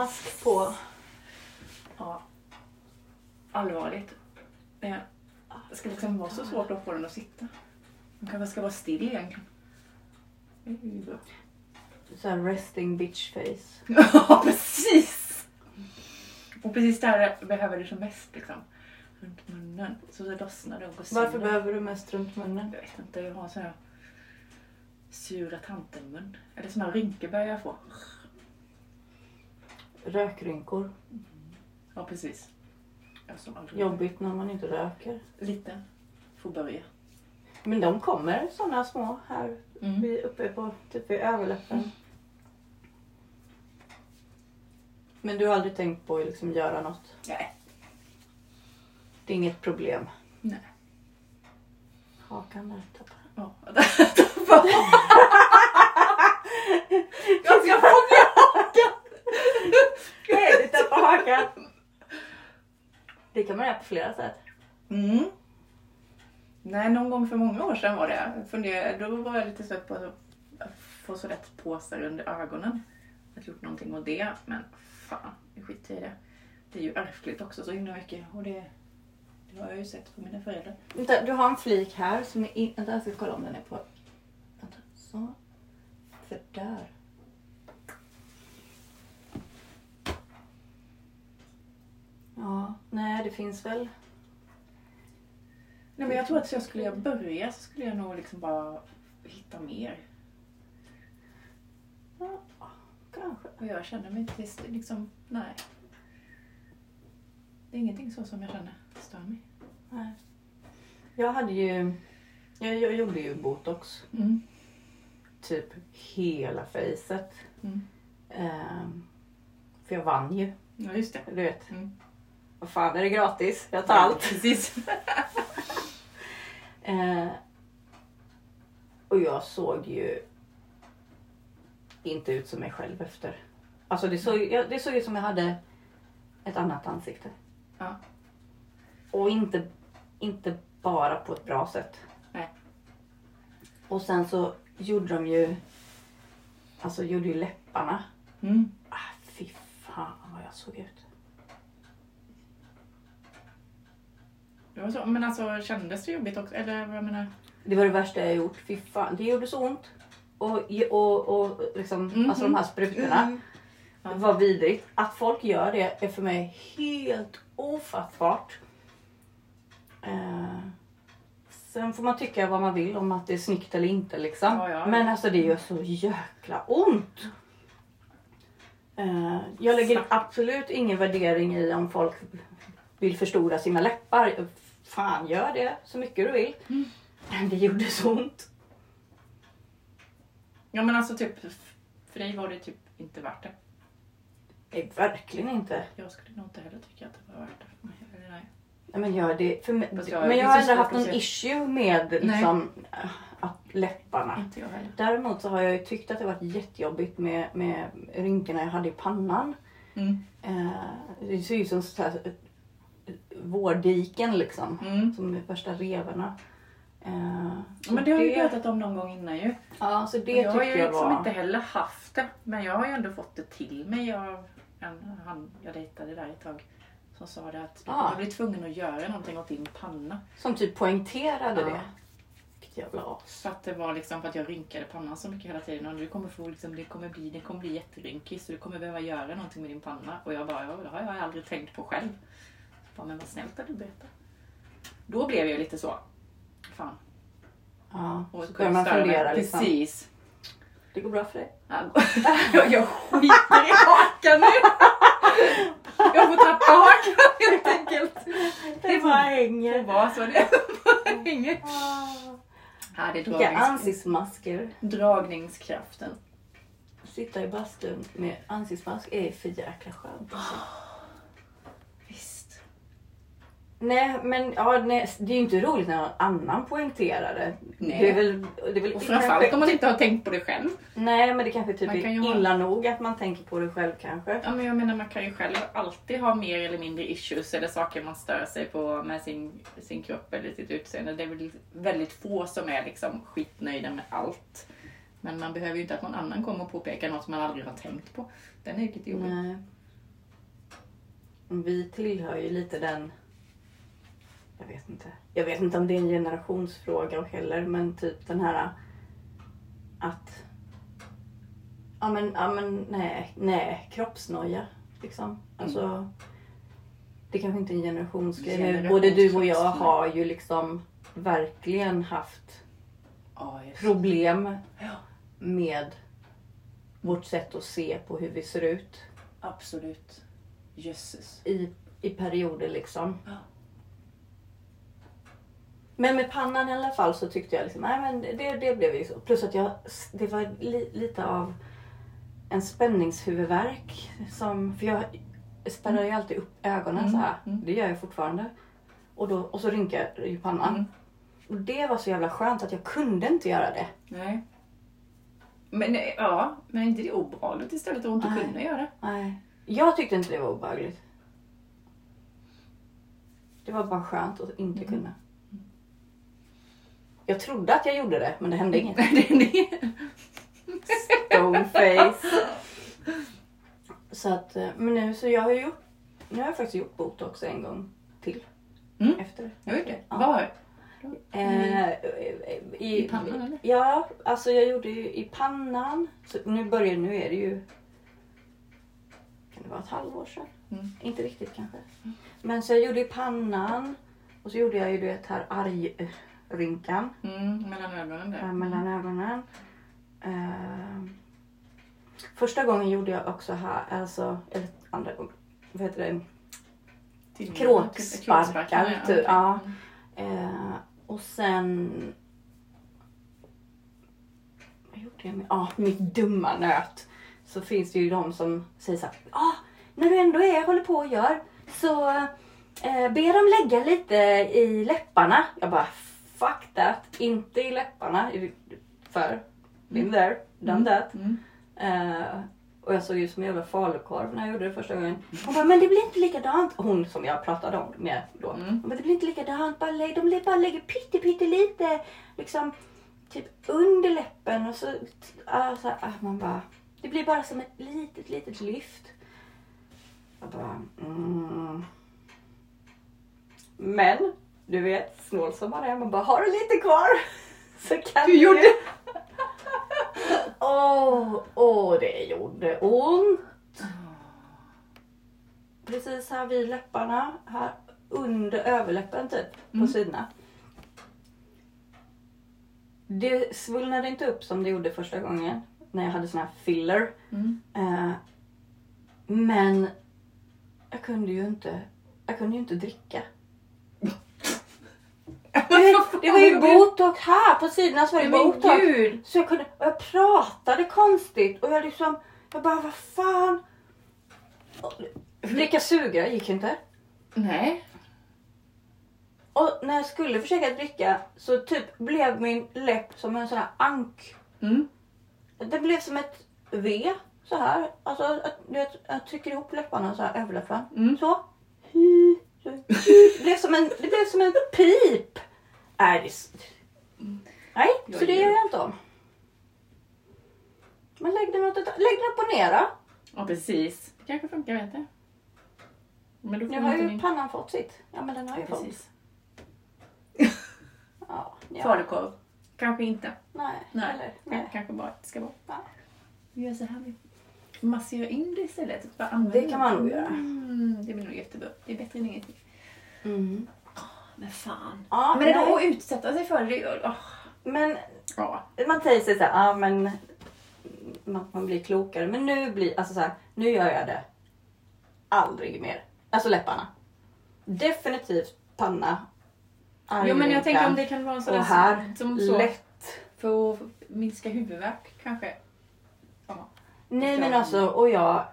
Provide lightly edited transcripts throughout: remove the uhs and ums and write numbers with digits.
mask på. Ja. Allvarligt. Det ska liksom vara så svårt att få den att sitta. Man kanske ska vara still egentligen. Det är ju bra. Så här resting bitch face. Ja, precis! Och precis där behöver du som mest liksom. Runt munnen. Så det lossnar det och går sönder. Varför behöver du mest runt munnen? Jag vet inte, jag har så här sura tantenmun. Eller såna här rynkor börjar jag få. Rökrynkor. Ja, precis. Jag som aldrig... Jobbigt när man inte röker. Lite. Får börja. Men de kommer såna små här uppe på typ vid överläppen. Men du har aldrig tänkt på att liksom göra något? Nej. Det är inget problem. Nej. Hakan där tappar. Ja, jag ska fånga hakan! Nej, du tappar hakan. Det kan man göra på flera sätt. Mm. Nej, någon gång för många år sedan var det. Då var jag lite stött på att få så lätt påsar under ögonen. Jag har gjort någonting åt det, men fan, jag skiter i det. Det är ju ärftligt också så himla mycket. Och det har jag ju sett på mina föräldrar. Vänta, du har en flik här som är vänta, jag ska kolla om den är på. Vänta, så. För där. Ja, nej det finns väl. Nej, men jag tror att så skulle jag börja så skulle jag nog liksom bara hitta mer. Ja, kanske. Och jag känner mig inte liksom, nej. Det är ingenting så som jag känner stör mig. Nej. Jag hade ju, jag gjorde ju botox. Mm. Typ hela fejset. Mm. För jag vann ju. Ja, just det. Du vet. Mm. Vad fan är det gratis? Jag tar allt. Precis. Och jag såg ju inte ut som mig själv efter. Alltså det såg ut som jag hade ett annat ansikte. Ja. Och inte bara på ett bra sätt. Nej. Och sen så gjorde de ju gjorde ju läpparna. Mm. Fy fan vad jag såg ut. Det var så, men alltså kändes det jobbigt också? Eller vad jag menar? Det var det värsta jag gjort. Fy fan, det gjorde så ont. Och liksom, alltså de här sprutorna. Det var vidrigt. Att folk gör det är för mig helt ofattbart. Sen får man tycka vad man vill om att det är snyggt eller inte liksom. Ja. Men alltså det gör så jäkla ont. Jag lägger absolut ingen värdering i om folk vill förstora sina läppar. Fan, gör det så mycket du vill. Men det gjorde så ont. Ja, men alltså typ för dig var det typ inte värt det. Nej, verkligen inte. Jag skulle nog inte heller tycka att det var värt det för mig. Eller nej. Nej, men gör det för mig. Jag Men jag har ändå haft någon issue med liksom, att läpparna. Inte jag heller. Däremot så har jag ju tyckt att det varit jättejobbigt med rynkorna jag hade i pannan. Det ser ju som så här vårdiken liksom. Som är värsta revorna. Men det har jag ju pratat om någon gång innan ju. Ja, så det jag har ju tycker jag liksom var. inte heller haft det. Men jag har ju ändå fått det till mig av han jag dejtade där ett tag. Som sa det att jag blir tvungen att göra någonting åt din panna. Som typ poängterade det. Vilket jävla as. För att det var liksom för att jag rynkade pannan så mycket hela tiden. Och du kommer få liksom, det kommer bli jätterynkig. Så du kommer behöva göra någonting med din panna. Och jag bara, ja, det har jag aldrig tänkt på själv. Bara, men vad snällt att du berättar. Då blev jag lite så. Fan. Ja, Och så börjar man fundera liksom. Precis. Det går bra för dig. Jag skiter i hakan nu. Jag får tappa hakan helt enkelt. Det bara hänger. Det var så det hänger. Här är Vilka ansiktsmasker. Dragningskraften. Sitta i bastun med ansiktsmask är för jäkla skönt. Visst. Nej, men det är ju inte roligt när någon annan poängterar det. Nej. Det är väl Och framförallt om man inte har tänkt på det själv. Nej, men det kanske typ Man kan ju är illa nog att man tänker på det själv kanske. Ja, men jag menar man kan ju själv alltid ha mer eller mindre issues eller saker man stör sig på med sin kropp eller sitt utseende. Det är väl väldigt få som är liksom skitnöjda med allt. Men man behöver ju inte att någon annan kommer och påpekar något man aldrig har tänkt på. Den är ju lite jobbig. Nej. vi tillhör ju lite den... Jag vet inte om det är en generationsfråga heller, men typ den här att... Nej, kroppsnoja liksom. Alltså, det kanske inte är en generationsgrej, men både du och jag har ju liksom verkligen haft problem med vårt sätt att se på hur vi ser ut. Absolut. Jösses. I perioder liksom. Ja. Men med pannan i alla fall så tyckte jag liksom, nej men det blev ju så. Plus att det var lite av en spänningshuvudvärk för jag spärrar ju alltid upp ögonen så här. Det gör jag fortfarande. Och så rynkar jag i pannan. Och det var så jävla skönt att jag kunde inte göra det. Nej. Men inte det obehagligt istället att inte kunna göra det? Nej. Jag tyckte inte det var obehagligt. Det var bara skönt att inte kunna. Jag trodde att jag gjorde det, men det hände inget. Stoneface. Så att, men nu har jag faktiskt gjort botox en gång till. Efter. Jag har gjort det? Ja. Var? I pannan eller? Ja, alltså jag gjorde ju i pannan. Så nu är det ju... Kan det vara ett halvår sedan? Inte riktigt kanske. Men så jag gjorde i pannan. Och så gjorde jag ju det här argrynkan. Mellan ögonen där. Mellan ögonen. Första gången gjorde jag också här, alltså, eller andra gången, vad heter det? Kråksparkar. Typ, ja. Och sen... Vad gjorde jag med? Mitt dumma nöt. Så finns det ju de som säger så här, när du ändå håller på och gör, så be dem lägga lite i läpparna. Jag bara, fuck that. Inte i läpparna. För, been there, done that. Och jag såg ut som en jävla falukorv när jag gjorde det första gången. Hon bara, men det blir inte likadant. Hon som jag pratade om med då. Hon bara, det blir inte likadant. De bara lägger pytte lite liksom typ under läppen. Och så man bara, det blir bara som ett litet lyft. Jag bara, Men, du vet, snål som man är. Man bara, har du lite kvar? Så kan du gjorde det gjorde ont. Precis här vid läpparna. Här under överläppen typ. På sidorna. Det svullnade inte upp som det gjorde första gången. När jag hade sån här filler. Men jag kunde ju inte dricka. Det var ju botox här på sidorna, så var det botox. Gud. Så jag pratade konstigt och jag bara, vad fan. Dricka sugrör gick inte. Nej. Och när jag skulle försöka dricka så typ blev min läpp som en sån här ank. Det blev som ett V så här. Alltså jag trycker ihop läpparna så här, överläppen. Så. Det blev som en pip. Nej, så det gör jag inte om. Men lägg den upp och ner då. Ja, precis. Det kanske funkar, vet jag. Men då nu har ju pannan fått sitt. Ja, men den har ju precis. fått. Falukorv. Kanske inte. Nej. Kanske bara det ska vara. Ja. Vi gör så här. Massera in det istället. Det kan man nog göra. Det blir nog jättebra. Det är bättre än ingenting. Men fan. Ja, men det då att utsätta sig för det. Men man säger sig så här, men man blir klokare. Men nu gör jag det aldrig mer. Alltså läpparna. Definitivt panna. Jo, men jag tänker om det kan vara en sån här som så lätt. För att minska huvudvärk kanske. Nej, men alltså, och jag...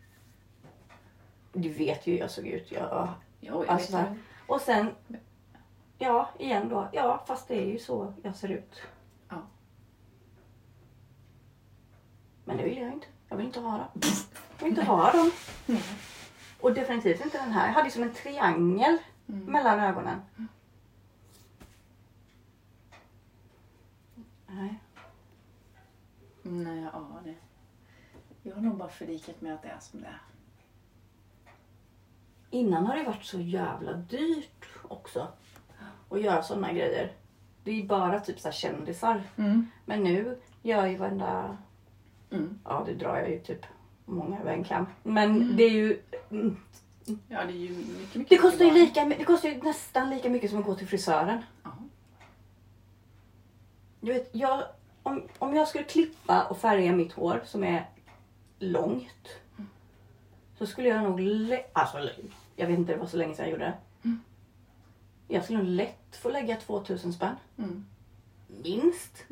Du vet ju hur jag såg ut. Jag alltså, vet. Och sen... Ja, igen då. Ja, fast det är ju så jag ser ut. Ja. Men det vill jag inte. Jag vill inte ha dem. Jag vill inte ha dem. Och definitivt inte den här. Jag hade som en triangel mellan ögonen. Nej. Nej, jag har nog bara förlikat med att det är som det är. innan har det varit så jävla dyrt också att göra sådana grejer. Det är bara typ så här kändisar. Men nu gör ju varenda... Ja, det drar jag ju typ många över en kam. Men det är ju... Ja, det är ju mycket Det kostar ju nästan lika mycket som att gå till frisören. Du vet, om jag skulle klippa och färga mitt hår som är långt, så skulle jag nog jag vet inte, det var så länge sedan jag gjorde det. Jag skulle nog lätt få lägga 2000 spänn. Minst.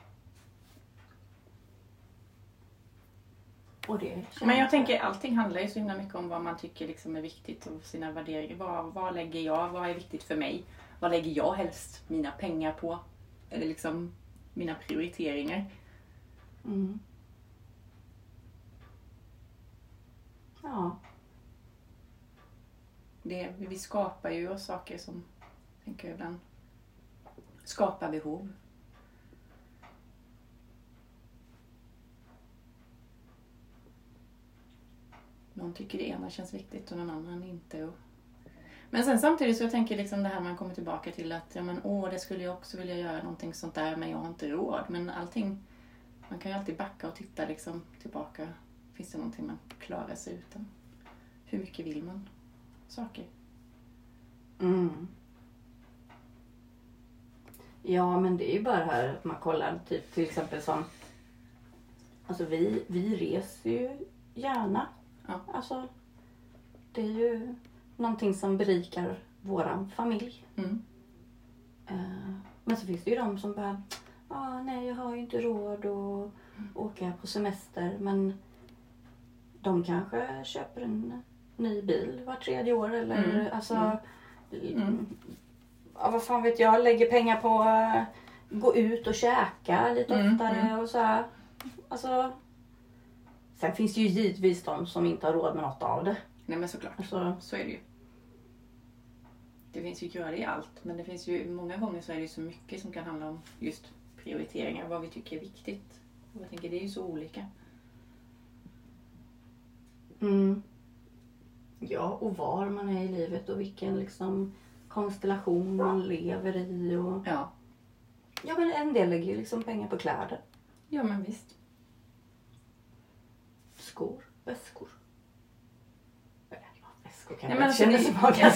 Och det Men jag tänker, allting handlar ju så himla mycket om vad man tycker liksom är viktigt och sina värderingar. Vad lägger jag? Vad är viktigt för mig? Vad lägger jag helst mina pengar på? Eller liksom mina prioriteringar? Ja. Vi skapar ju saker som, tänker jag ibland, skapar behov. Någon tycker det ena känns viktigt och någon annan inte. Men sen samtidigt så jag tänker liksom det här man kommer tillbaka till att det skulle jag också vilja göra någonting sånt där, men jag har inte råd. Men allting, man kan ju alltid backa och titta liksom tillbaka. Finns det någonting man klarar sig utan? Hur mycket vill man saker? Ja, men det är ju bara här att man kollar typ till exempel som... Alltså vi reser ju gärna. Ja. Alltså, det är ju någonting som berikar våran familj. Men så finns det ju de som bara, nej jag har ju inte råd att åka på semester. Men de kanske köper en ny bil var 3:e år eller vad fan vet jag, lägger pengar på att gå ut och käka lite oftare och så här. Alltså, sen finns det ju givetvis de som inte har råd med något av det. Nej men såklart, alltså, så är det ju. Det finns ju gröda i allt, men det finns ju många gånger så är det ju så mycket som kan handla om just prioriteringar, vad vi tycker är viktigt. Och jag tänker det är ju så olika. Ja, och var man är i livet och vilken liksom konstellation man lever i. Och... Ja, men en del lägger ju liksom pengar på kläder. Ja men visst. Skor, väskor. Väskor kan Nej, jag men känna alltså, som många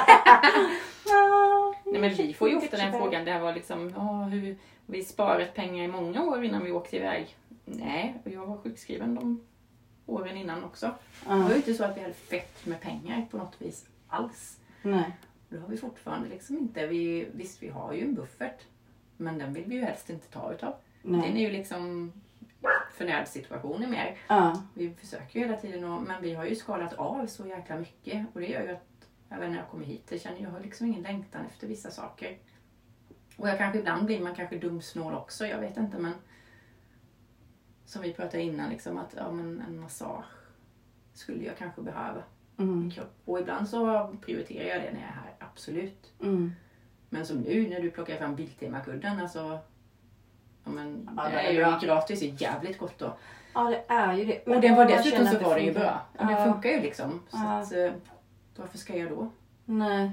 Nej men vi får ju ofta den frågan, det här var liksom, hur vi sparat pengar i många år innan vi åkte iväg. Nej, och jag var sjukskriven de åren innan också. Det var ju inte så att vi hade fett med pengar på något vis alls. Nej. Det har vi fortfarande liksom inte. Visst, vi har ju en buffert. Men den vill vi ju helst inte ta utav. Nej. Den är ju liksom förnärdsituationer mer. Vi försöker ju hela tiden, men vi har ju skalat av så jäkla mycket. Och det gör ju att, även när jag kommer hit, jag har liksom ingen längtan efter vissa saker. Och ibland blir man kanske dumsnål också, jag vet inte, men som vi pratade innan, liksom, att en massage skulle jag kanske behöva i kropp. Och ibland så prioriterar jag det när jag är här, absolut. Men som nu när du plockar fram Biltema-kudden, alltså, det är ju gratis, är jävligt gott då. Ja, det är ju det. Men och det var dessutom så var det ju bra. Och det funkar ju liksom. Så att, varför ska jag då? Nej,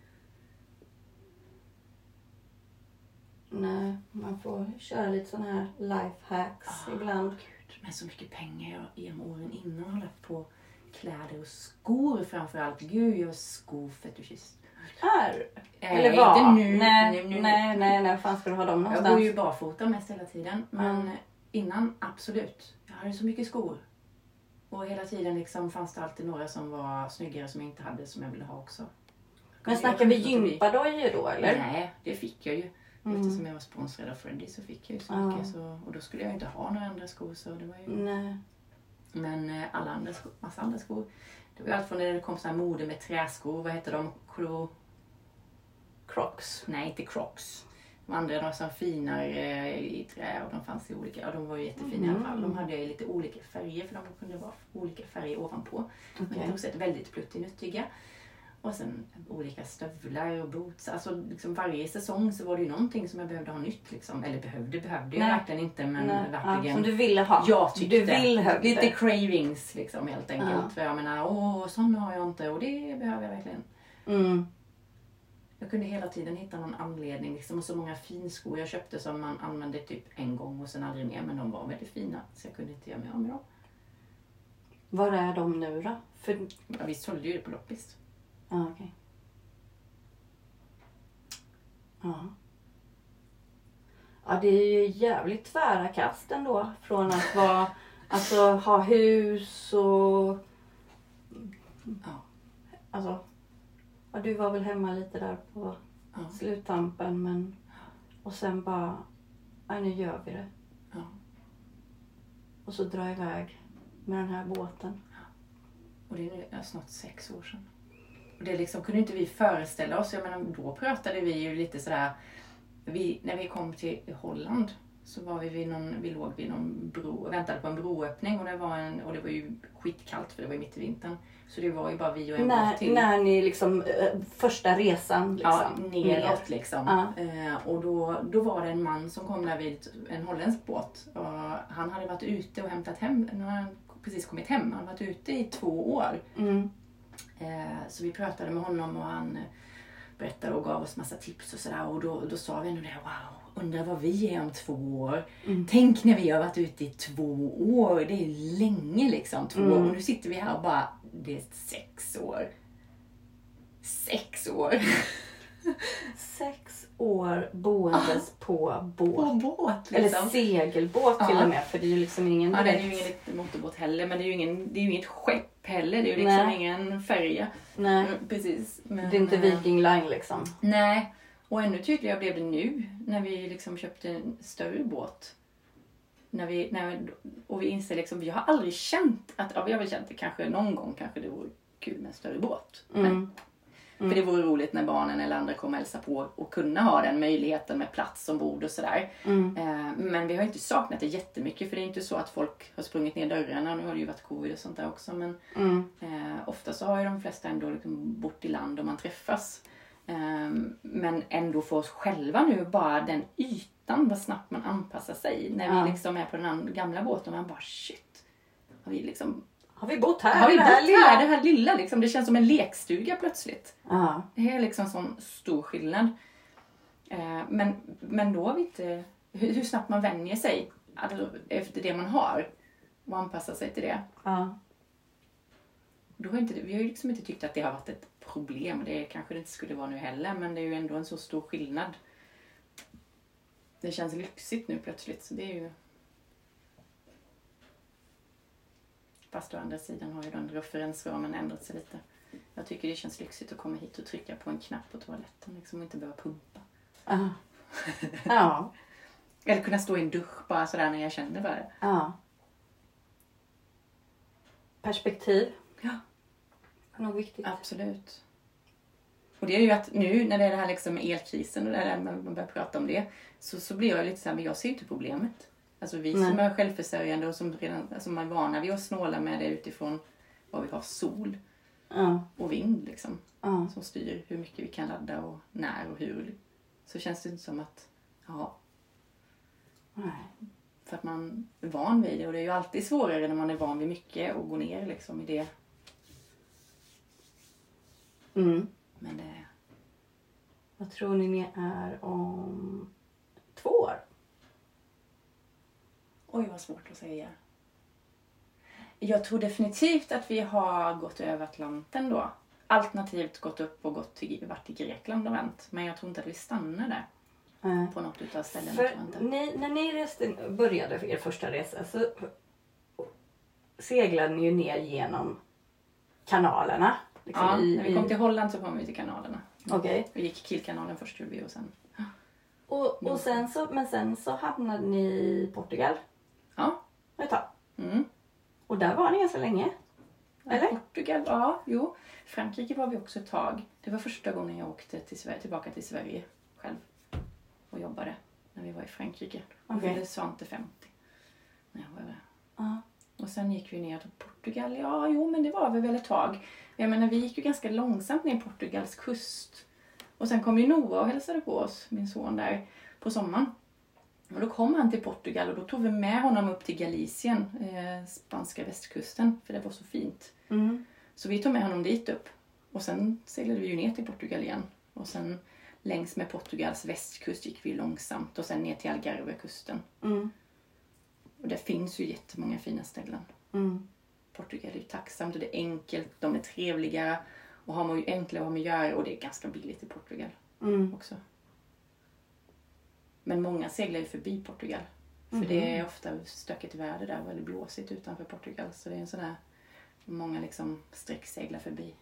man får köra lite sån här lifehacks ibland. Gud, men så mycket pengar jag genom åren innan har lagt på kläder och skor framförallt. Gud, jag är skofetischist. Eller vad? Inte nu. Nej, vad fan ska du ha dem någonstans? Jag går ju barfota mest hela tiden. Men innan, absolut. Jag hade så mycket skor. Och hela tiden liksom fanns det alltid några som var snyggare som jag inte hade, som jag ville ha också. Men snackar vi gympadojor då eller? Nej, det fick jag ju. Eftersom jag var sponsrad av Freddy så fick jag ju så mycket. Och då skulle jag inte ha några andra skor. Så det var ju... Nej. Men massa andra skor. Det var ju allt från när det kom så här mode med träskor. Vad heter de? Crocs. Nej, inte Crocs. De andra var så finare i trä och de fanns i olika. Och de var ju jättefina i alla fall. De hade ju lite olika färger för de kunde vara olika färger ovanpå. Men de var väldigt pluttinuttiga. Och sen olika stövlar och boots. Alltså liksom varje säsong så var det ju någonting som jag behövde ha nytt liksom. Eller behövde jag verkligen inte, men verkligen. Ja, som du ville ha. Jag tyckte. Lite det. cravings liksom helt enkelt. För jag menar, sån har jag inte och det behöver jag verkligen. Mm. Jag kunde hela tiden hitta någon anledning. Liksom, och så många finskor jag köpte som man använde typ en gång och sen aldrig mer. Men de var väldigt fina så jag kunde inte göra mig av med dem. Var är de nu då? Ja, vi sålde ju det på loppis. Ja, okej. Ja. Ja, det är ju jävligt tvära kast ändå. Från att vara, alltså ha hus och... Ja. Alltså, ja, du var väl hemma lite där på sluttampen, men... Och sen bara, ja, nu gör vi det. Ja. Och så dra iväg med den här båten. Och det är snart 6 år sedan. Och det liksom kunde inte vi föreställa oss. Jag menar, då pratade vi ju lite sådär. När vi kom till Holland så var vi låg vid någon bro och väntade på en broöppning. Och det var ju skitkallt för det var ju mitt i vintern. Så det var ju bara vi och en båt till. När ni liksom, första resan liksom. Ja, neråt liksom. Ja. Och då var det en man som kom där vid en holländsk båt. Och han hade varit ute och hämtat hem, nu har han precis kommit hem. Han hade varit ute i 2 år. Mm. Så vi pratade med honom och han berättade och gav oss massa tips och sådär. Och då sa vi ändå det, wow, undrar vad vi är om 2 år. Mm. Tänk när vi har varit ute i 2 år. Det är länge liksom, 2 år. Och nu sitter vi här och bara, det är 6 år. 6 år. 6 år boendes på båt. På båt liksom. Eller segelbåt till och med. För det är ju liksom ingen... Ja, det är ju ingen motorbåt heller. Men det är ju inget skepp heller. Det är ju liksom ingen färja. Nej. Precis. Men, det är inte Viking Line liksom. Nej. Och ännu tydligare blev det nu. När vi liksom köpte en större båt. Och vi inser liksom, vi har aldrig känt att, ja, vi har väl känt det kanske någon gång, kanske det vore kul med en större båt. För det vore roligt när barnen eller andra kommer hälsa på och kunna ha den möjligheten med plats ombord och sådär. Men vi har inte saknat det jättemycket, för det är inte så att folk har sprungit ner dörrarna. Nu har det ju varit covid och sånt där också, men ofta så har ju de flesta ändå liksom bott i land och man träffas. Men ändå för oss själva nu, bara den ytan, vad snabbt man anpassar sig. När vi liksom är på den gamla båten och man bara shit. Har vi bott här? Det här lilla liksom. Det känns som en lekstuga plötsligt. Det är liksom sån stor skillnad. Men då har vi inte... Hur snabbt man vänjer sig efter det man har. Och anpassar sig till det. Då har vi har ju liksom inte tyckt att det har varit ett problem. Det kanske det inte skulle vara nu heller. Men det är ju ändå en så stor skillnad. Det känns lyxigt nu plötsligt. Så det är ju... Fast å andra sidan har ju den referensramen ändrat sig lite. Jag tycker det känns lyxigt att komma hit och trycka på en knapp på toaletten. Liksom, och inte behöva pumpa. Ja. Eller kunna stå i en dusch bara sådär när jag känner bara det. Ja. Perspektiv. Ja. Det är nog viktigt. Absolut. Och det är ju att nu när det är det här liksom med elkrisen och där man börjar prata om det. Så blir jag lite såhär, men jag ser inte problemet. Alltså vi som är självförsörjande och som redan är vana vid att snåla med det utifrån vad vi har, sol och vind liksom. Som styr hur mycket vi kan ladda och när och hur. Så känns det inte som att, för att man är van vid det. Och det är ju alltid svårare när man är van vid mycket och gå ner liksom i det. Men det... Vad tror ni är om 2 år? Oj, vad svårt att säga. Jag tror definitivt att vi har gått över Atlanten då. Alternativt gått upp och varit i Grekland och vänt. Men jag tror inte att vi stannar där. På något utav ställena. För när ni började för er första resa så seglade ni ju ner genom kanalerna. Liksom när vi kom till Holland så kom vi till kanalerna. Okej. Vi gick Kielkanalen först gjorde vi och sen... Och sen så hamnade ni i Portugal. Ja. Ett tag. Och där var ni ganska länge. Eller? Portugal, jo. Frankrike var vi också ett tag. Det var första gången jag åkte tillbaka till Sverige själv. Och jobbade när vi var i Frankrike. Och fyllde Svante 50. När jag var där. Och sen gick vi ner till Portugal, ja, jo, men det var vi väl ett tag. Jag menar, vi gick ju ganska långsamt ner Portugals kust. Och sen kom ju Noah och hälsade på oss, min son där, på sommaren. Och då kom han till Portugal och då tog vi med honom upp till Galicien, spanska västkusten, för det var så fint. Så vi tog med honom dit upp. Och sen seglade vi ju ner till Portugal igen. Och sen längs med Portugals västkust gick vi långsamt och sen ner till Algarvekusten. Och det finns ju jättemånga fina ställen. Portugal är ju tacksamt och det är enkelt, de är trevliga och har man ju enklare att ha med att göra och det är ganska billigt i Portugal också. Men många seglar ju förbi Portugal. För det är ofta stökigt väder där, väldigt blåsigt utanför Portugal. Så det är en sån här, många liksom sträckseglar förbi.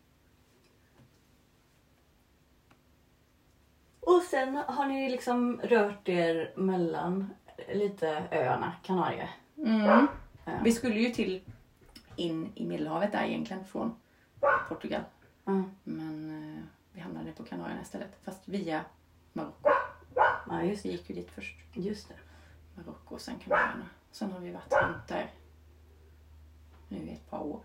Och sen har ni liksom rört er mellan lite öarna, Kanarier. Vi skulle ju in i Medelhavet där egentligen från Portugal. Men vi hamnade på Kanarierna istället. Fast via Marocko. Ja, just det. Vi gick ju dit först. Just det. Marocko och sen Kanarierna. Sen har vi varit runt där nu i ett par år.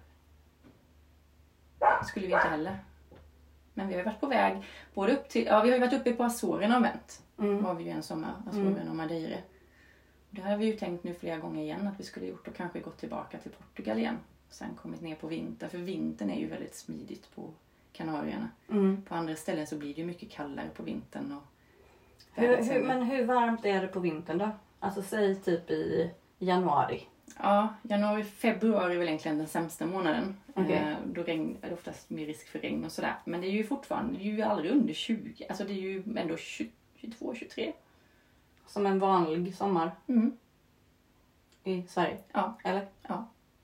Det skulle vi inte heller. Men vi har varit på väg både upp till, ja vi har ju varit uppe på Azorerna och vänt. Var vi ju en sommar, Azorerna och Madeira. Det har vi ju tänkt nu flera gånger igen att vi skulle gjort och kanske gått tillbaka till Portugal igen. Och sen kommit ner på vintern, för vintern är ju väldigt smidigt på Kanarierna. På andra ställen så blir det ju mycket kallare på vintern. Och men hur varmt är det på vintern då? Alltså säg typ i januari. Ja, januari, februari är väl egentligen den sämsta månaden. Okay. Då är det oftast mer risk för regn och sådär. Men det är ju fortfarande, det är ju aldrig under 20. Alltså det är ju ändå 22, 23. Som en vanlig sommar? I Sverige? Ja. Eller? Ja.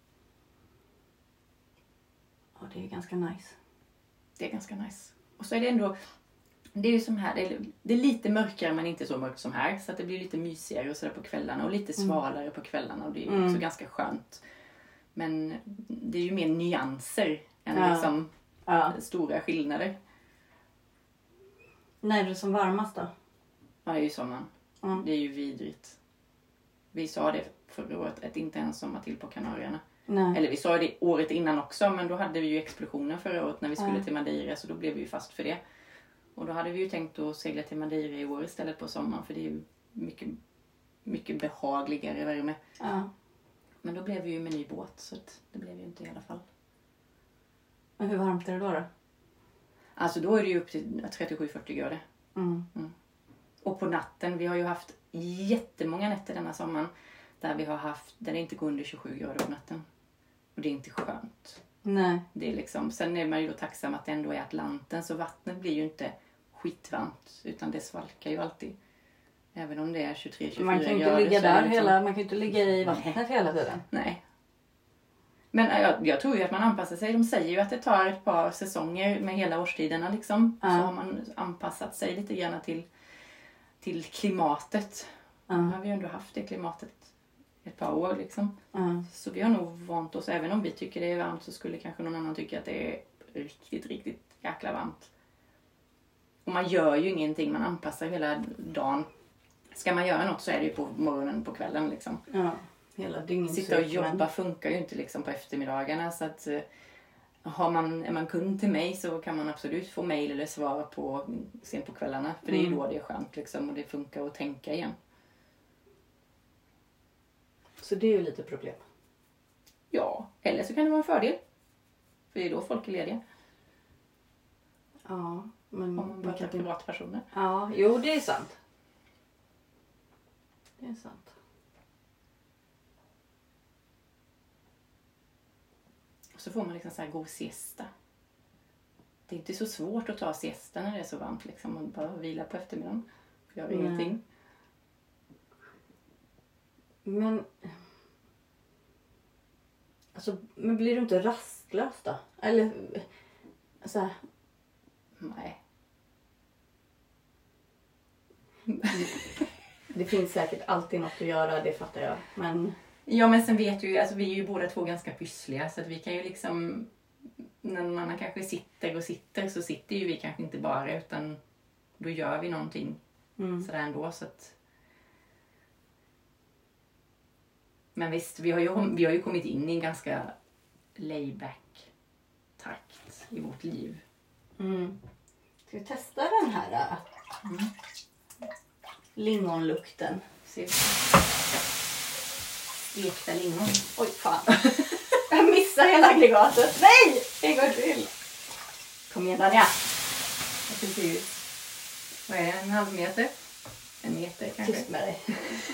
Ja, det är ganska nice. Det är ganska nice. Och så är det ändå, det är ju som här, det är lite mörkare men inte så mörkt som här. Så att det blir lite mysigare och sådär på kvällarna och lite svalare på kvällarna. Och det är ju också ganska skönt. Men det är ju mer nyanser än liksom stora skillnader. När är det som varmast då? Ja, det är ju sommaren. Det är ju vidrigt. Vi sa det förra året att inte ens sommar till på Kanarierna. Nej. Eller vi sa det året innan också, men då hade vi ju explosionen förra året när vi skulle till Madeira, så då blev vi ju fast för det. Och då hade vi ju tänkt att segla till Madeira i år istället på sommaren, för det är ju mycket, mycket behagligare värme. Ja. Men då blev vi ju med ny båt, så att det blev ju inte i alla fall. Men hur varmt är det då? Alltså då är det ju upp till 37-40 grader. Och på natten, vi har ju haft jättemånga nätter denna sommaren där det inte går under 27 grader på natten. Och det är inte skönt. Nej. Det är liksom, sen är man ju då tacksam att det ändå är Atlanten, så vattnet blir ju inte skitvarmt, utan det svalkar ju alltid. Även om det är 23-24 grader. Man kan ju inte ligga där man kan ju inte ligga i vattnet hela tiden. Nej. Men jag tror ju att man anpassar sig. De säger ju att det tar ett par säsonger med hela årstiderna liksom. Så har man anpassat sig lite grann till klimatet. Nu har vi ju ändå haft det klimatet ett par år liksom. Så vi har nog vant oss. Även om vi tycker det är varmt så skulle kanske någon annan tycka att det är riktigt, riktigt jäkla varmt. Och man gör ju ingenting. Man anpassar hela dagen. Ska man göra något så är det ju på morgonen, på kvällen liksom. Ja, hela dygnet. Sitta och jobba funkar ju inte liksom på eftermiddagarna. Så att är man kund till mig så kan man absolut få mejl eller svar på sent på kvällarna. För det är ju då det är skönt liksom, och det funkar att tänka igen. Så det är ju lite problem. Ja, eller så kan det vara en fördel. För det är då folk är lediga. Ja, men... Om man bara tar privatpersoner. Ja, jo det är sant. Det är sant. Och så får man liksom så här god siesta. Det är inte så svårt att ta siesta när det är så varmt liksom. Och bara vila på eftermiddagen. För jag gör ingenting. Men... Alltså, men blir du inte rastlös då? Eller... Så här. Nej. Det finns säkert alltid något att göra, det fattar jag. Men... Ja, men sen vet ju, alltså vi är ju båda två ganska pyssliga. Så att vi kan ju liksom... När man kanske sitter så sitter ju vi kanske inte bara. Utan då gör vi någonting sådär ändå. Så att... Men visst, vi har ju kommit in i en ganska layback takt i vårt liv. Ska vi testa den här lingonlukten? Stekta lingon. Oj, fan. Jag missar hela aggregatet. Nej! En gång till. Kom igen, Danja. Vad är det? En halv meter? En meter kanske? Tyst med dig.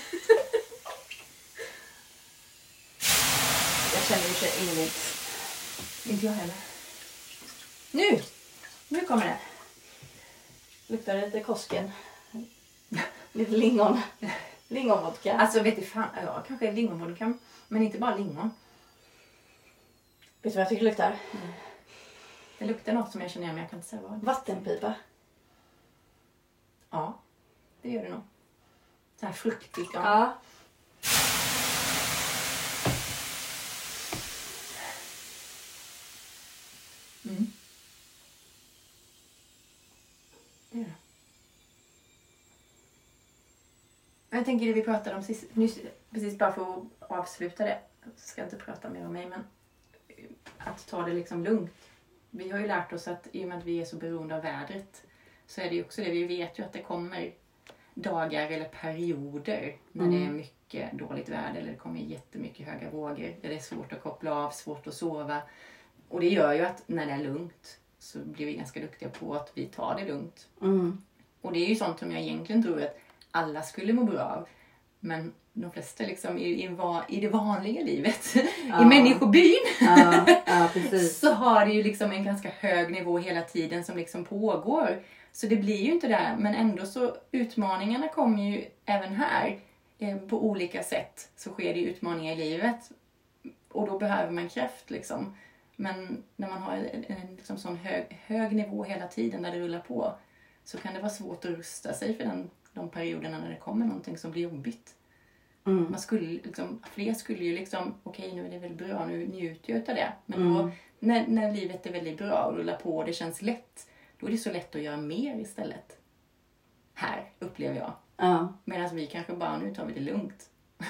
Jag känner ju sig inget. Inte jag heller. Nu kommer det. Luktar det lite Kosken. Lite lingon. Lingonvodka. Alltså vet du fan, ja kanske lingonvodka. Men inte bara lingon. Vet du vad jag tycker det luktar? Det luktar något som jag känner igen, men jag kan inte säga vad. Vattenpipa. Ja, det gör det nog. Så här fruktigt. Ja. Det är det. Jag tänker det vi pratade om nyss, precis bara för att avsluta det. Jag ska inte prata mer om mig, men att ta det liksom lugnt. Vi har ju lärt oss att i och med att vi är så beroende av vädret så är det ju också det. Vi vet ju att det kommer dagar eller perioder när det är mycket dåligt väder eller det kommer jättemycket höga vågor. Där det är svårt att koppla av, svårt att sova. Och det gör ju att när det är lugnt så blir vi ganska duktiga på att vi tar det lugnt. Och det är ju sånt som jag egentligen tror att alla skulle må bra av. Men de flesta liksom i det vanliga livet, i människobyn, så har det ju liksom en ganska hög nivå hela tiden som liksom pågår. Så det blir ju inte där, men ändå så utmaningarna kommer ju även här. På olika sätt så sker det utmaningar i livet. Och då behöver man kraft liksom. Men när man har en liksom sån hög nivå hela tiden där det rullar på så kan det vara svårt att rusta sig för de perioderna när det kommer någonting som blir jobbigt. Man skulle liksom, fler skulle ju liksom, okej, nu är det väl bra, nu njuter jag av det. Men då, när livet är väldigt bra och rullar på och det känns lätt, då är det så lätt att göra mer istället. Här, upplever jag. Medan vi kanske bara, nu tar vi det lugnt.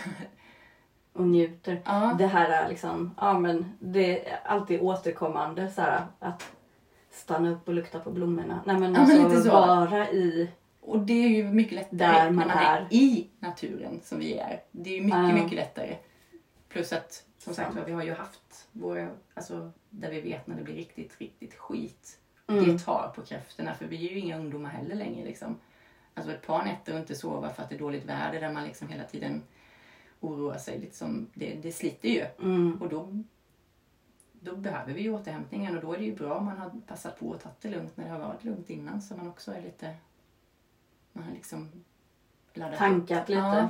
Och njuter. Det här är liksom, men det är alltid återkommande så här, att stanna upp och lukta på blommorna. Nej, men alltså men vara i. Och det är ju mycket lättare där när man är i naturen som vi är. Det är ju mycket lättare. Plus att, som sagt, vi har ju haft våra, alltså där vi vet när det blir riktigt skit. Det tar på krafterna, för vi är ju inga ungdomar heller längre liksom. Alltså ett par nätter och inte sova för att det är dåligt väder där man liksom hela tiden oroar sig. Liksom, det sliter ju. Och då behöver vi ju återhämtningen och då är det ju bra om man har passat på att ta det lugnt när det har varit lugnt innan, så man också är lite, man har liksom laddat tankat upp. lite. Ja.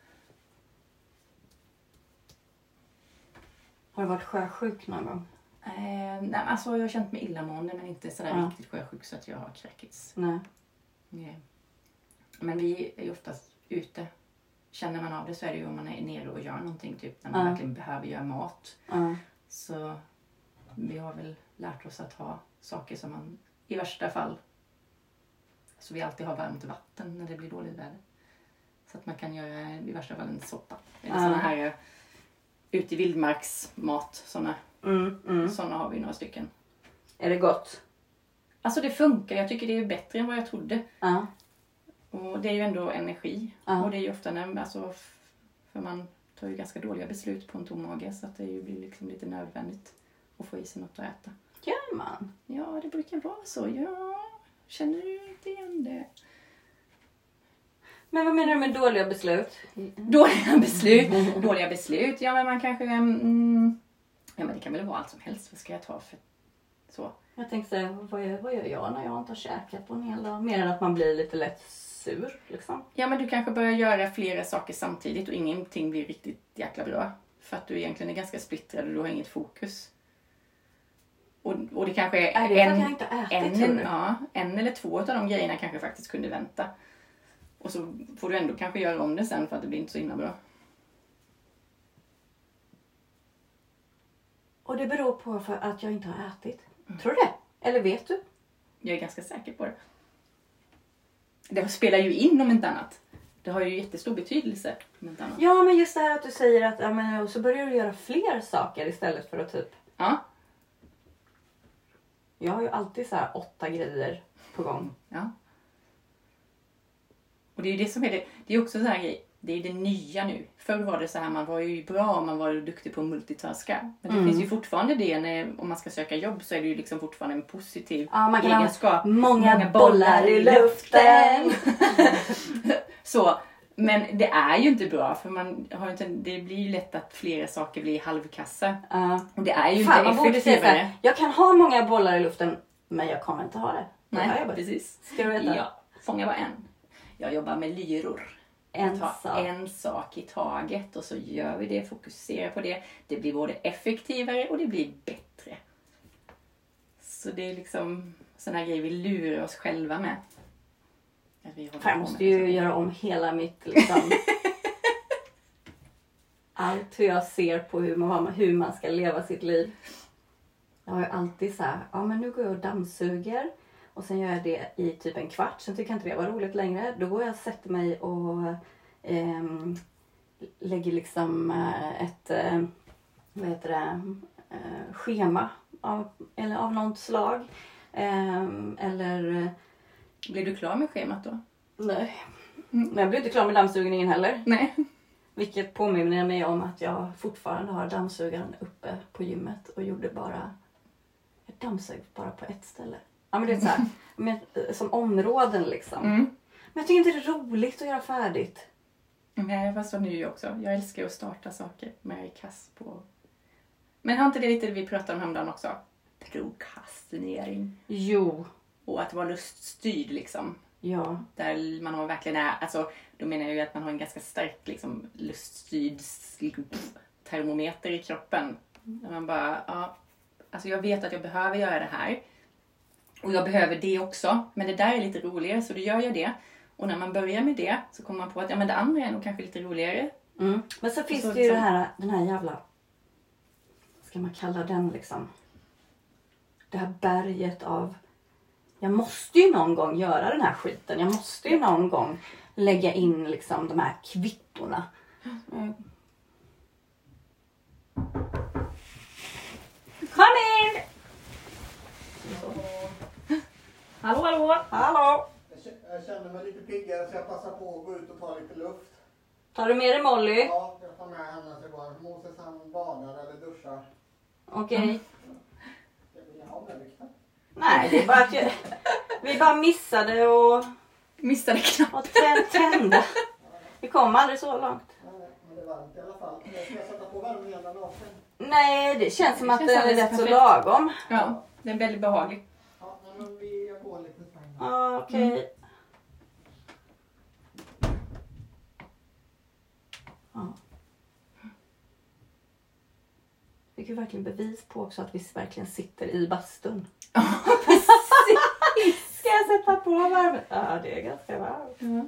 Har du varit sjösjuk någon gång? Nej, alltså jag har känt mig illamående men inte sådär riktigt sjösjuk så att jag har kräkits. Nej. Men vi är ju oftast ute. Känner man av det så är det ju om man är nere och gör någonting typ när man verkligen behöver göra mat. Så vi har väl lärt oss att ha saker som man i värsta fall, så vi alltid har varmt vatten när det blir dåligt väder. Så att man kan göra i värsta fall en soppa. Eller sådana här ute i vildmarksmat, sådana har vi några stycken. Är det gott? Alltså det funkar, jag tycker det är bättre än vad jag trodde. Och det är ju ändå energi. Och det är ju ofta när, alltså, för man tar ju ganska dåliga beslut på en tom mage, så att det blir liksom lite nödvändigt att få i sig något att äta. Gör man? Ja, det brukar vara så. Ja, känner du inte igen det? Men vad menar du med dåliga beslut? Dåliga beslut. Ja, men man kanske... ja, men det kan väl vara allt som helst. Vad ska jag ta för så? Jag tänkte säga, vad gör jag när jag inte har käkat på en hel dag? Mer än att man blir lite lätt sur, liksom. Ja, men du kanske börjar göra flera saker samtidigt och ingenting blir riktigt jäkla bra. För att du egentligen är ganska splittrad och du har inget fokus. Och det kanske är det för att jag inte ätit, en eller två av de grejerna kanske faktiskt kunde vänta. Och så får du ändå kanske göra om det sen för att det blir inte så himla bra. Och det beror på för att jag inte har ätit. Tror du det? Eller vet du? Jag är ganska säker på det. Det spelar ju in om inte annat. Det har ju jättestor betydelse om inte annat. Ja, men just det här att du säger att och så börjar du göra fler saker istället för att typ Ja. Jag har ju alltid så här 8 grejer på gång. Ja. Och det är ju det som är det. Det är också så här, det är det nya nu. Förr var det så här, man var ju bra om man var duktig på att multitaska. Men det finns ju fortfarande det om man ska söka jobb, så är det ju liksom fortfarande en positiv man kan egenskap. ha många bollar i luften. Så, men det är ju inte bra, för man har inte, det blir ju lätt att flera saker blir halvkassa. Och det är ju inte effektivare. Jag kan ha många bollar i luften, men jag kommer inte ha det. Nej, precis. Ska du veta? Ja, fånga bara en. Jag jobbar med lyror. En sak i taget, och så gör vi det, fokuserar på det. Det blir både effektivare och det blir bättre. Så det är liksom såna här grejer vi lurar oss själva med. Jag måste ju göra om hela mitt liksom, allt hur jag ser på hur man ska leva sitt liv. Jag har ju alltid så här, men nu går jag och dammsuger. Och sen gör jag det i typ en kvart. Sen tycker jag inte det var roligt längre. Då går jag och sätter mig och lägger liksom ett schema av något slag. Eller... Blir du klar med schemat då? Nej. Men jag blir inte klar med dammsugningen heller. Nej. Vilket påminner mig om att jag fortfarande har dammsugaren uppe på gymmet. Och jag dammsög bara på ett ställe. Ja, men det är så här, som områden liksom. Men jag tycker inte det är roligt att göra färdigt. Nej, fast så nu också. Jag älskar att starta saker med kass på. Men har inte det lite vi pratade om häromdagen också? Prokrastinering. Jo. Och att vara luststyrd liksom. Ja. Där man har verkligen alltså då menar jag ju att man har en ganska stark liksom luststyrd termometer i kroppen. Där man bara, alltså jag vet att jag behöver göra det här. Och jag behöver det också. Men det där är lite roligare, så då gör jag det. Och när man börjar med det så kommer man på att men det andra är nog kanske lite roligare. Men så finns det ju den här jävla... Ska man kalla den liksom... Det här berget av... Jag måste ju någon gång göra den här skiten. Jag måste ju någon gång lägga in liksom de här kvittorna. Kom in! Hallå! Jag känner mig lite piggare, så jag passar på att gå ut och ta lite luft. Tar du med dig Molly? Ja, jag tar med henne så bara. Moses han badar eller duschar. Okej. Jag vill ha med lyktan. Nej, det är bara att vi bara missade och tända. Vi kom aldrig så långt. Nej, men det är varmt i alla fall. Ska jag sätta på värmen igen eller naken? Nej, det känns som att det är rätt så lagom. Ja, det är väldigt behagligt. Ja, men jag går lite sväng. Ja, okej. Ja. Fick ju verkligen bevis på också att vi verkligen sitter i bastun. Ska jag sätta på värmen? Ja, det är ganska varmt.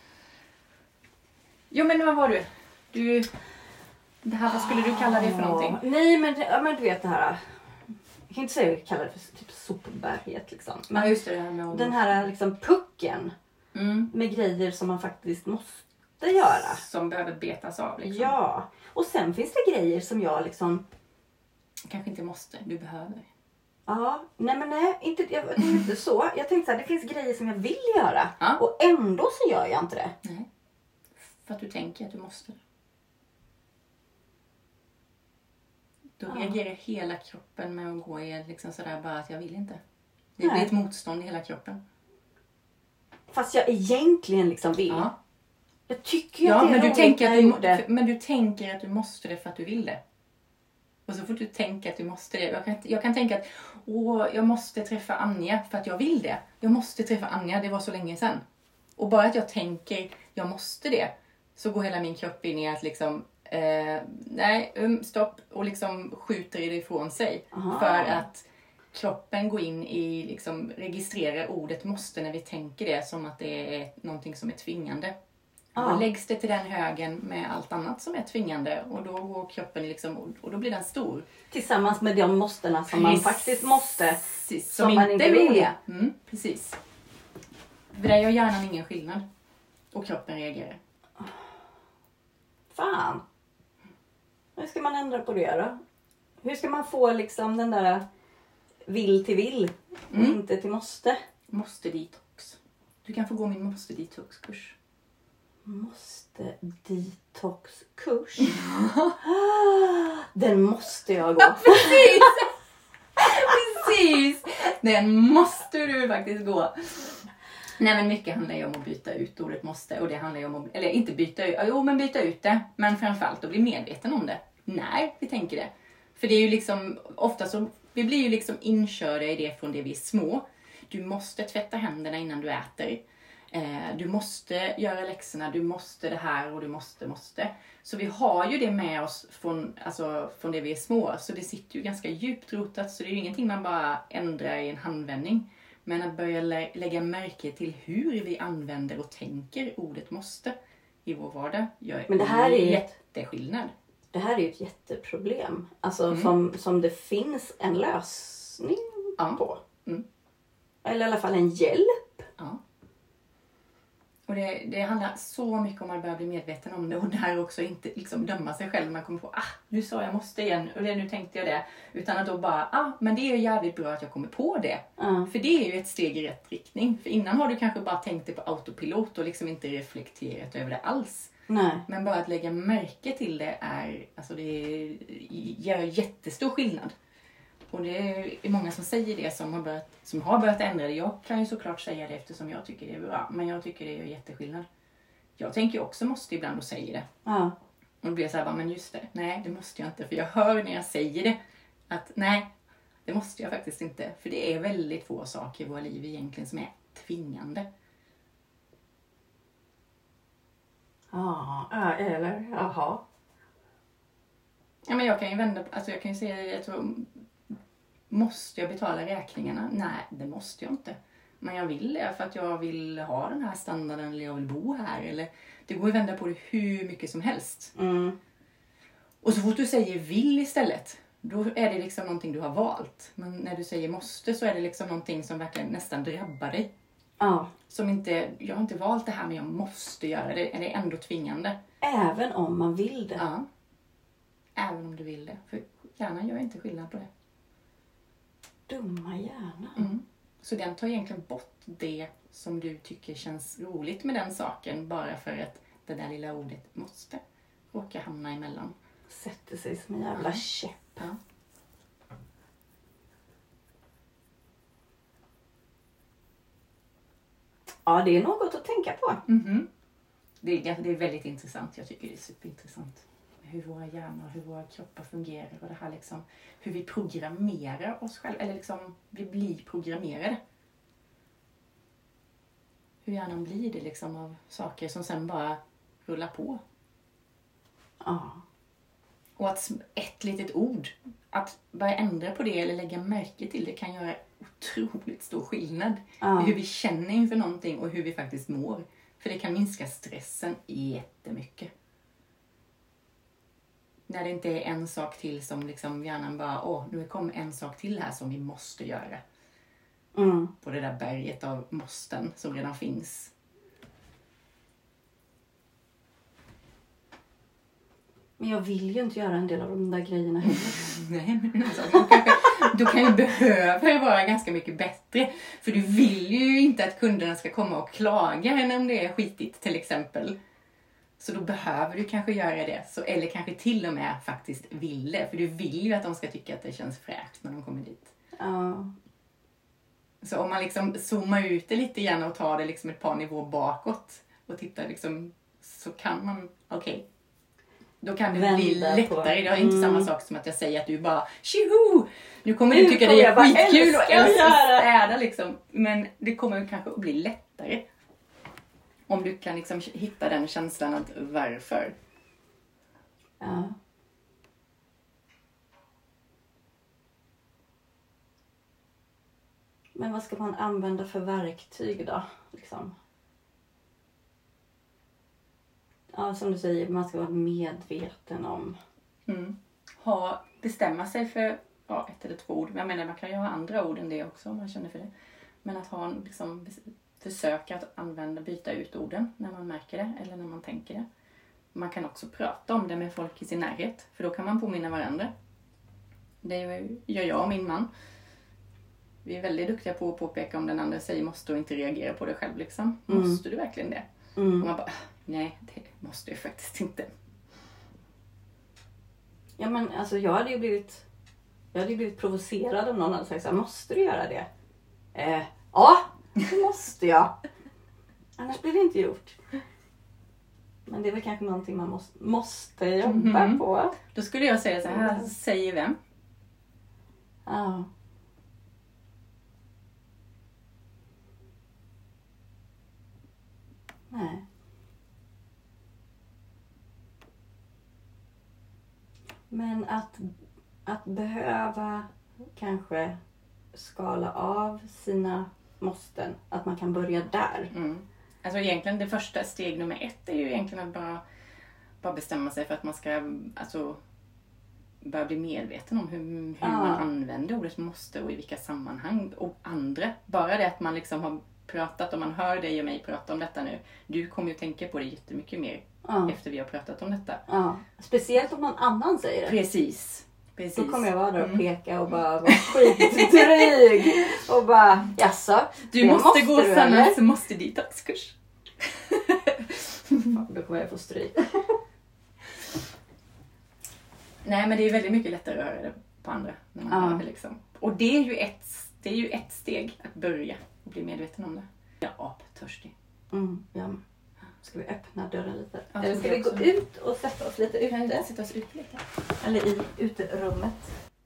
Jo, men vad var du? Det här, vad skulle du kalla det för någonting? Nej, men du vet det här. Jag kan inte säga att jag kallar det för typ sopberget liksom. Men just det här med den här liksom pucken med grejer som man faktiskt måste göra. Som behöver betas av liksom. Ja, och sen finns det grejer som jag liksom... Kanske inte måste, du behöver. Ja, nej, inte, det är inte så. Jag tänkte så här, det finns grejer som jag vill göra. Ja. Och ändå så gör jag inte det. Nej, för att du tänker att du måste. Då reagerar hela kroppen med att gå i liksom sådär bara att jag vill inte. Det blir ett motstånd i hela kroppen. Fast jag egentligen liksom vill. Ja. Jag tycker ju att det är roligt men du tänker att du måste det för att du vill det. Och så får du tänka att du måste det. Jag kan tänka att jag måste träffa Anja för att jag vill det. Jag måste träffa Anja, det var så länge sedan. Och bara att jag tänker jag måste det, så går hela min kropp in i att liksom stopp, och liksom skjuter det ifrån sig. Aha. För att kroppen går in i liksom registrerar ordet måste när vi tänker det som att det är någonting som är tvingande. Då läggs det till den högen med allt annat som är tvingande. Och då går kroppen liksom, och då blir den stor. Tillsammans med de måstena som man faktiskt måste. Som man inte vill. Precis. För där gör hjärnan ingen skillnad. Och kroppen reagerar. Fan. Hur ska man ändra på det då? Hur ska man få liksom den där vill till vill och inte till måste? Måste detox. Du kan få gå min måste detox-kurs. Måste detox-kurs? Den måste jag gå. Precis! Precis! Den måste du faktiskt gå. Nej, men mycket handlar ju om att byta ut ordet måste. Och det handlar ju om att, eller inte byta ut, men byta ut det. Men framförallt att bli medveten om det. När vi tänker det. För det är ju liksom, ofta så, vi blir ju liksom inkörda i det från det vi är små. Du måste tvätta händerna innan du äter. Du måste göra läxorna, du måste det här och du måste. Så vi har ju det med oss från det vi är små. Så det sitter ju ganska djupt rotat. Så det är ju ingenting man bara ändrar i en handvändning. Men att börja lägga märke till hur vi använder och tänker ordet måste i vår vardag gör Men det här är jätteskillnad. Det här är ju ett jätteproblem. Alltså som det finns en lösning på. Mm. Eller i alla fall en hjälp. Ja. Och det handlar så mycket om att börja bli medveten om det. Och där också inte liksom döma sig själv. Man kommer på, nu sa jag måste igen. Och nu tänkte jag det. Utan att då bara, men det är ju jävligt bra att jag kommer på det. För det är ju ett steg i rätt riktning. För innan har du kanske bara tänkt det på autopilot. Och liksom inte reflekterat över det alls. Nej. Men bara att lägga märke till det det gör jättestor skillnad. Och det är många som säger det som har börjat ändra det. Jag kan ju såklart säga det eftersom jag tycker det är bra. Men jag tycker det gör jätteskillnad. Jag tänker också måste ibland och säger det. Ja. Och då blir jag så här, men just det. Nej, det måste jag inte. För jag hör när jag säger det. Att nej, det måste jag faktiskt inte. För det är väldigt få saker i våra liv egentligen som är tvingande. Ja, eller jaha. Ja, men jag kan ju vända, jag kan ju säga, jag tror, måste jag betala räkningarna? Nej, det måste jag inte. Men jag vill det för att jag vill ha den här standarden eller jag vill bo här. Eller, det går att vända på det hur mycket som helst. Och så fort du säger vill istället, då är det liksom någonting du har valt. Men när du säger måste så är det liksom någonting som verkligen nästan drabbar dig. Som inte, jag har inte valt det här men jag måste göra det. Det är ändå tvingande. Även om man vill det? Ja. Även om du vill det. För hjärnan gör inte skillnad på det. Dumma hjärnan. Så den tar egentligen bort det som du tycker känns roligt med den saken. Bara för att det där lilla ordet måste råka hamna emellan. Sätter sig som en jävla käpp. Ja. Ja, det är något att tänka på. Det är väldigt intressant. Jag tycker det är superintressant. Hur våra hjärnor, hur våra kroppar fungerar. Och det här liksom, hur vi programmerar oss själva. Eller liksom, vi blir programmerade. Hur hjärnan blir det liksom av saker som sen bara rullar på. Och att ett litet ord, att börja ändra på det eller lägga märke till det kan göra otroligt stor skillnad. Hur vi känner inför någonting och hur vi faktiskt mår. För det kan minska stressen jättemycket. När det inte är en sak till som liksom hjärnan bara, nu kommer en sak till här som vi måste göra. På det där berget av måsten som redan finns. Men jag vill ju inte göra en del av de där grejerna heller. Nej, men du kan ju behöva vara ganska mycket bättre. För du vill ju inte att kunderna ska komma och klaga när det är skitigt till exempel. Så då behöver du kanske göra det. Eller kanske till och med faktiskt vill det. För du vill ju att de ska tycka att det känns fräscht när de kommer dit. Så om man liksom zoomar ut det lite grann och tar det liksom ett par nivåer bakåt. Och tittar liksom, så kan man, då kan det bli lättare. Det är inte samma sak som att jag säger att du bara tjoho! Nu kommer du tycka det är skitkul och älska att städa liksom. Men det kommer kanske att bli lättare. Om du kan liksom hitta den känslan att varför. Ja. Men vad ska man använda för verktyg då? Liksom? Ja, som du säger, man ska vara medveten om. Bestämma sig för ett eller två ord. Jag menar, man kan ju ha andra ord än det också om man känner för det. Men att ha liksom, försöka att byta ut orden när man märker det eller när man tänker det. Man kan också prata om det med folk i sin närhet. För då kan man påminna varandra. Det gör jag och min man. Vi är väldigt duktiga på att påpeka om den andra säger måste och inte reagera på det själv liksom. Måste du verkligen det? Och man bara, nej det måste jag faktiskt inte. Ja men alltså jag hade ju blivit provocerad om någon hade sagt så här, måste du göra det? Ja, det måste jag. Annars blir det inte gjort. Men det är väl kanske någonting man måste jobba på. Då skulle jag säga så här, säger vem? Ja. Nej. Men att behöva kanske skala av sina måsten. Att man kan börja där. Alltså egentligen det första steg nummer 1 är ju egentligen att bara bestämma sig för att man ska börja bli medveten om hur man använder ordet måste och i vilka sammanhang. Och andra, bara det att man liksom har pratat och man hör dig och mig prata om detta nu. Du kommer ju tänka på det jättemycket mer efter vi har pratat om detta. Ja. Speciellt om någon annan säger det. Precis. Då kommer jag vara där och peka och bara vara skitdryg. Och bara, jaså? Du måste gå sen så måste detoxkurs. Då kommer jag få stryk. Nej men det är väldigt mycket lättare att höra det på andra. När man hör det liksom. Och det är ju ett steg att börja och bli medveten om det. Jag är aptörstig. Ja. Ska vi öppna dörren lite? Ja, Eller ska vi gå ut och sätta oss lite ute? Sätta oss ut lite. Eller i uterummet.